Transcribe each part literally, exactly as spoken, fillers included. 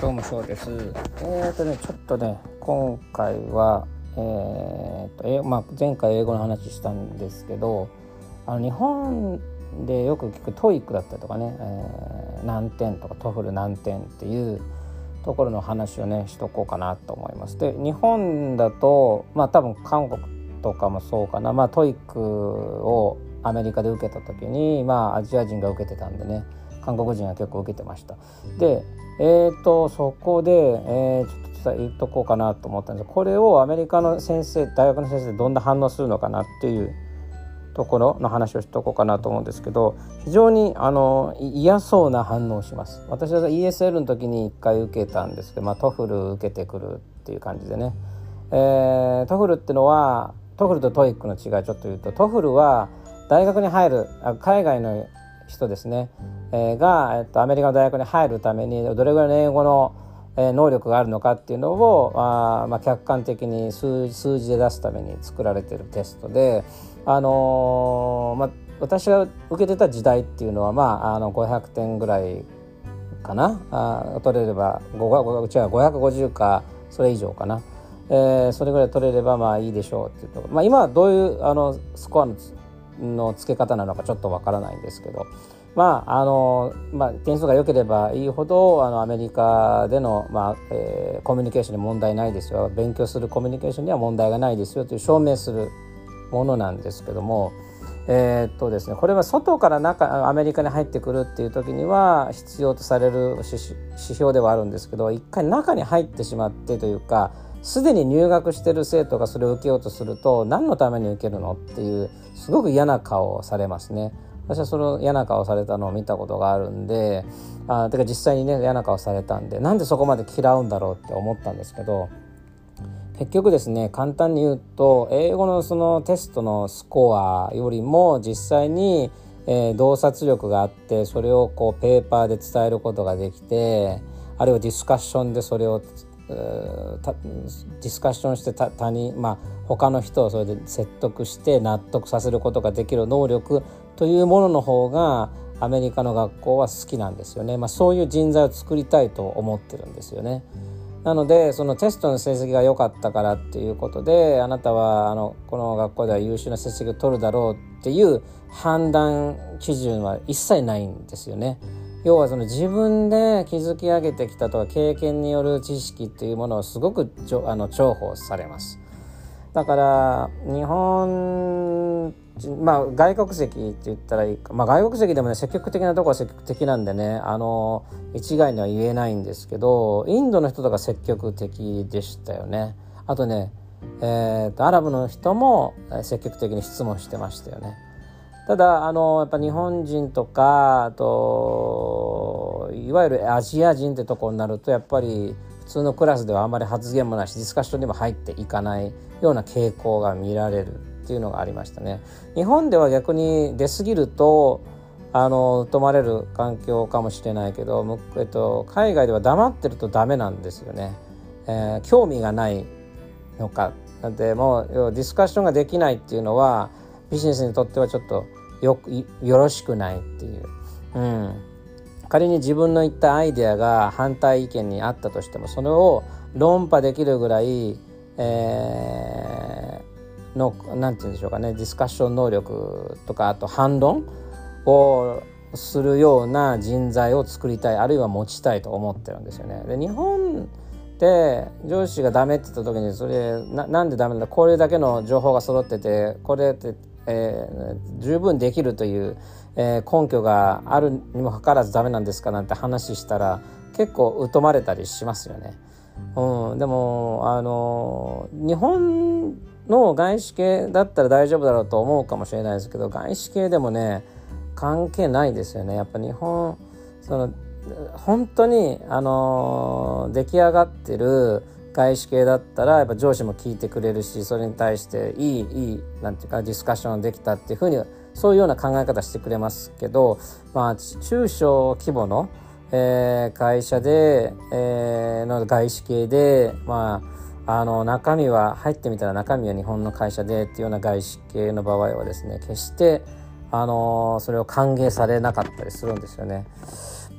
どうもそうです。えーとねちょっとね今回は、えーとえまあ、前回英語の話したんですけど、あの日本でよく聞くトイックだったりとかね、えー、何点とかトフル何点っていうところの話をねしとこうかなと思います。で日本だとまあ多分韓国とかもそうかな、まあトイックをアメリカで受けた時にまあアジア人が受けてたんでね、韓国人が結構受けてました。でえーとそこで、えー、ちょっと言っとこうかなと思ったんですが、これをアメリカの先生大学の先生でどんな反応するのかなっていうところの話をしとこうかなと思うんですけど、非常にあの嫌そうな反応をします。私は イーエスエル の時にいっかい受けたんですけど、まあ、トフル受けてくるっていう感じでね、えー、トフルってのはトフルとトイックの違いちょっと言うと、トフルは大学に入る海外の人ですね、えー、が、えっと、アメリカの大学に入るためにどれぐらいの英語の、えー、能力があるのかっていうのを、あまあ、客観的に 数, 数字で出すために作られているテストで、あのーまあ、私が受けてた時代っていうのは、まあ、あのごひゃくてんぐらいかな、あ取れれば違うごひゃくごじゅうかそれ以上かな、えー、それぐらい取れればまあいいでしょうっていうところ、まあ、今はどういうあのスコアのの付け方なのかちょっとわからないんですけど、まああのまあ、点数が良ければいいほどあのアメリカでの、まあえー、コミュニケーションに問題ないですよ、勉強するコミュニケーションには問題がないですよという証明するものなんですけども、えーっとですね、これは外から中アメリカに入ってくるっていう時には必要とされる指標ではあるんですけど、一回中に入ってしまってというか、すでに入学している生徒がそれを受けようとすると、何のために受けるのっていうすごく嫌な顔をされますね。私はその嫌な顔をされたのを見たことがあるんで、あてか実際にね嫌な顔されたんで、なんでそこまで嫌うんだろうって思ったんですけど、結局ですね、簡単に言うと英語のそのテストのスコアよりも実際に、えー、洞察力があって、それをこうペーパーで伝えることができて、あるいはディスカッションでそれをディスカッションして他人、まあ、他の人をそれで説得して納得させることができる能力というものの方がアメリカの学校は好きなんですよね。まあ、そういう人材を作りたいと思ってるんですよね。なのでそのテストの成績が良かったからっていうことで、あなたはあのこの学校では優秀な成績を取るだろうっていう判断基準は一切ないんですよね。要はその自分で築き上げてきたとか経験による知識っていうものをすごくあの重宝されます。だから日本、まあ、外国籍って言ったらいいか、まあ、外国籍でもね積極的なところは積極的なんでね、あの一概には言えないんですけど、インドの人とか積極的でしたよね。あとね、えー、とアラブの人も積極的に質問してましたよね。ただあのやっぱ日本人とか、あといわゆるアジア人ってところになると、やっぱり普通のクラスではあんまり発言もないしディスカッションにも入っていかないような傾向が見られるっていうのがありましたね。日本では逆に出過ぎるとあの疎まれる環境かもしれないけど、えっと、海外では黙ってるとダメなんですよね。えー、興味がないのかでもうディスカッションができないっていうのはビジネスにとってはちょっと よ, よろしくないっていう、うん、仮に自分の言ったアイデアが反対意見にあったとしても、それを論破できるぐらい、えー、のなんて言うんでしょうかね、ディスカッション能力とか、あと反論をするような人材を作りたい、あるいは持ちたいと思ってるんですよね。で日本で上司がダメって言った時に、それ な, なんでダメなんだ、これだけの情報が揃っててこれって、えー、十分できるという、えー、根拠があるにもかかわらずダメなんですかなんて話したら結構疎まれたりしますよね。うん、でもあの日本の外資系だったら大丈夫だろうと思うかもしれないですけど、外資系でもね関係ないですよね。やっぱ日本その本当にあの出来上がってる外資系だったらやっぱ上司も聞いてくれるし、それに対していいいいなんていうかディスカッションできたっていうふうに、そういうような考え方してくれますけど、まあ中小規模の、えー、会社で、えー、の外資系で、まああの中身は入ってみたら中身は日本の会社でっていうような外資系の場合はですね、決してあのそれを歓迎されなかったりするんですよね。う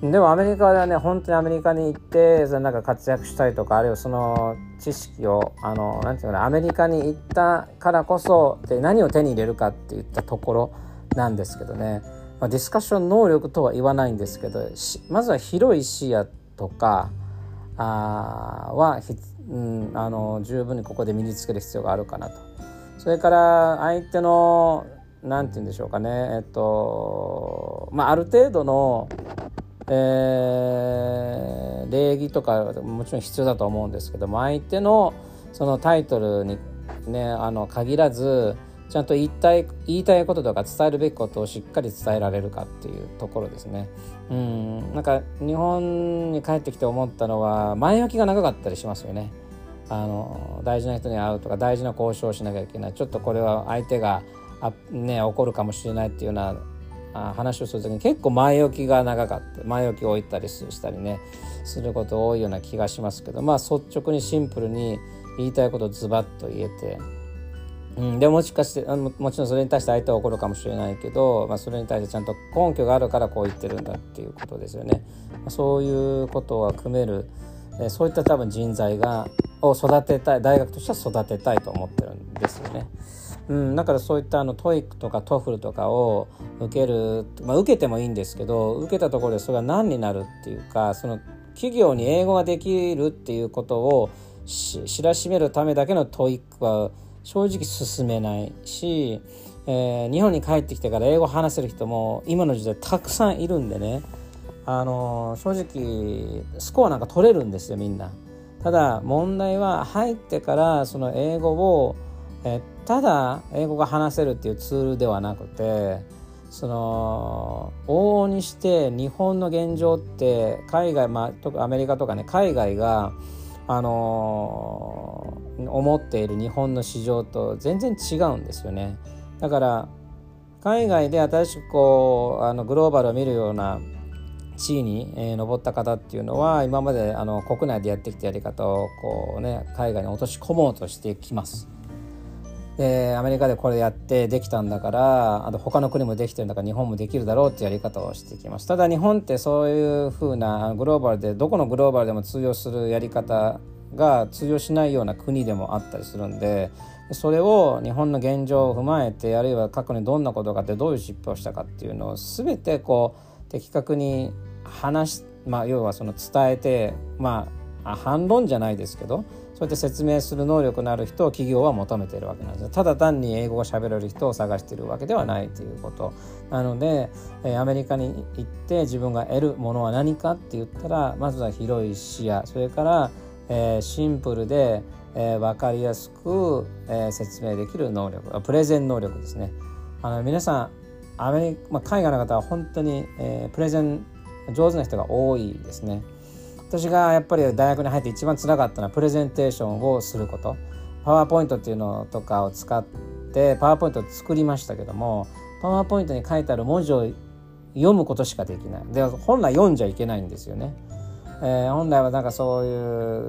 でもアメリカではね、本当にアメリカに行ってなんか活躍したいとか、あるいはその知識をあのなんていうのかな、アメリカに行ったからこそで何を手に入れるかっていったところなんですけどね、まあ、ディスカッション能力とは言わないんですけど、まずは広い視野とかあはひ、うん、あの十分にここで身につける必要があるかなと。それから相手のなんて言うんでしょうかね、えっとまあある程度の、えー、礼儀とかもちろん必要だと思うんですけども、相手のそのタイトルにねあの限らず、ちゃんと言いたい言いたいこととか伝えるべきことをしっかり伝えられるかっていうところですね。うん、なんか日本に帰ってきて思ったのは、前置きが長かったりしますよね。あの大事な人に会うとか大事な交渉をしなきゃいけない、ちょっとこれは相手があ、ね、怒るかもしれないっていうようなあ話をするときに結構前置きが長かった、前置きを置いたりしたりねすること多いような気がしますけど、まあ率直にシンプルに言いたいことをズバッと言えて、うん、でもしかしてあのもちろんそれに対して相手は怒るかもしれないけど、まあ、それに対してちゃんと根拠があるからこう言ってるんだっていうことですよね。まあ、そういうことは組める、えー、そういった多分人材がを育てたい、大学としては育てたいと思ってるんですよね。うん、だからそういったあのトイックとかトフルとかを受ける、まあ、受けてもいいんですけど、受けたところでそれが何になるっていうか、その企業に英語ができるっていうことを知らしめるためだけのトイックは正直進めないし、えー、日本に帰ってきてから英語話せる人も今の時代たくさんいるんでね、あのー、正直スコアなんか取れるんですよみんな。ただ問題は入ってからその英語を、えー、ただ英語が話せるっていうツールではなくて、その往々にして日本の現状って海外、まあ、特にアメリカとかね、海外があのー、思っている日本の市場と全然違うんですよね。だから海外で新しくこうあのグローバルを見るような地位に、えー、上った方っていうのは、今まであの国内でやってきたやり方をこう、ね、海外に落とし込もうとしてきます。でアメリカでこれやってできたんだから、あと他の国もできてるんだから日本もできるだろうってやり方をしてきます。ただ日本ってそういう風なグローバルで、どこのグローバルでも通用するやり方が通用しないような国でもあったりするんで、それを日本の現状を踏まえて、あるいは過去にどんなことがあってどういう失敗をしたかっていうのを全てこう的確に話し、まあ、要はその伝えて、まあ反論じゃないですけど、そうやって説明する能力のある人を企業は求めているわけなんです。ただ単に英語が喋れる人を探しているわけではないということなので、アメリカに行って自分が得るものは何かって言ったら、まずは広い視野、それから、えー、シンプルで、えー、分かりやすく、えー、説明できる能力、プレゼン能力ですね。あの皆さんアメリカ、まあ、海外の方は本当に、えー、プレゼン上手な人が多いですね。私がやっぱり大学に入って一番辛かったのはプレゼンテーションをすること。パワーポイントっていうのとかを使ってパワーポイントを作りましたけども、パワーポイントに書いてある文字を読むことしかできない。で本来読んじゃいけないんですよね。えー、本来はなんかそういう、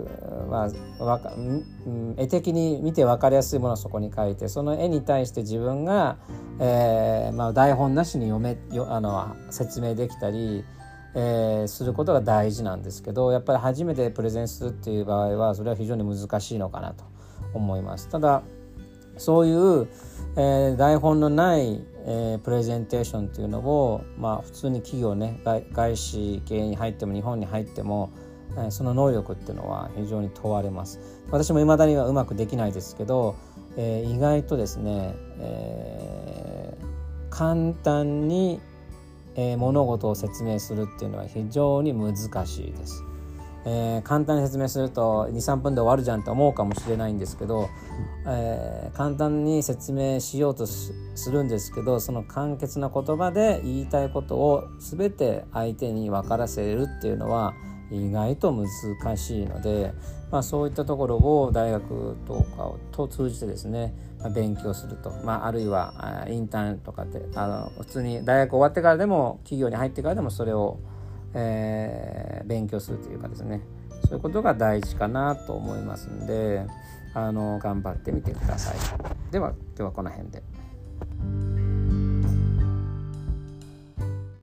まあ、わか絵的に見て分かりやすいものをそこに書いて、その絵に対して自分が、えーまあ、台本なしに読めよあの説明できたり、えー、することが大事なんですけど、やっぱり初めてプレゼンするっていう場合はそれは非常に難しいのかなと思います。ただそういう、えー、台本のない、えー、プレゼンテーションっていうのを、まあ、普通に企業ね、外, 外資系に入っても日本に入っても、えー、その能力っていうのは非常に問われます。私も未だにはうまくできないですけど、えー、意外とですね、えー、簡単にえー、物事を説明するっていうのは非常に難しいです。えー、簡単に説明すると にさんぷんで終わるじゃんって思うかもしれないんですけど、えー、簡単に説明しようとするんですけど、その簡潔な言葉で言いたいことを全て相手に分からせるっていうのは意外と難しいので、まあ、そういったところを大学とかと通じてですね勉強すると、まあ、あるいはインターンとかであの普通に大学終わってからでも企業に入ってからでもそれを、えー、勉強するというかですね、そういうことが大事かなと思いますので、あの頑張ってみてください。では今日はこの辺で。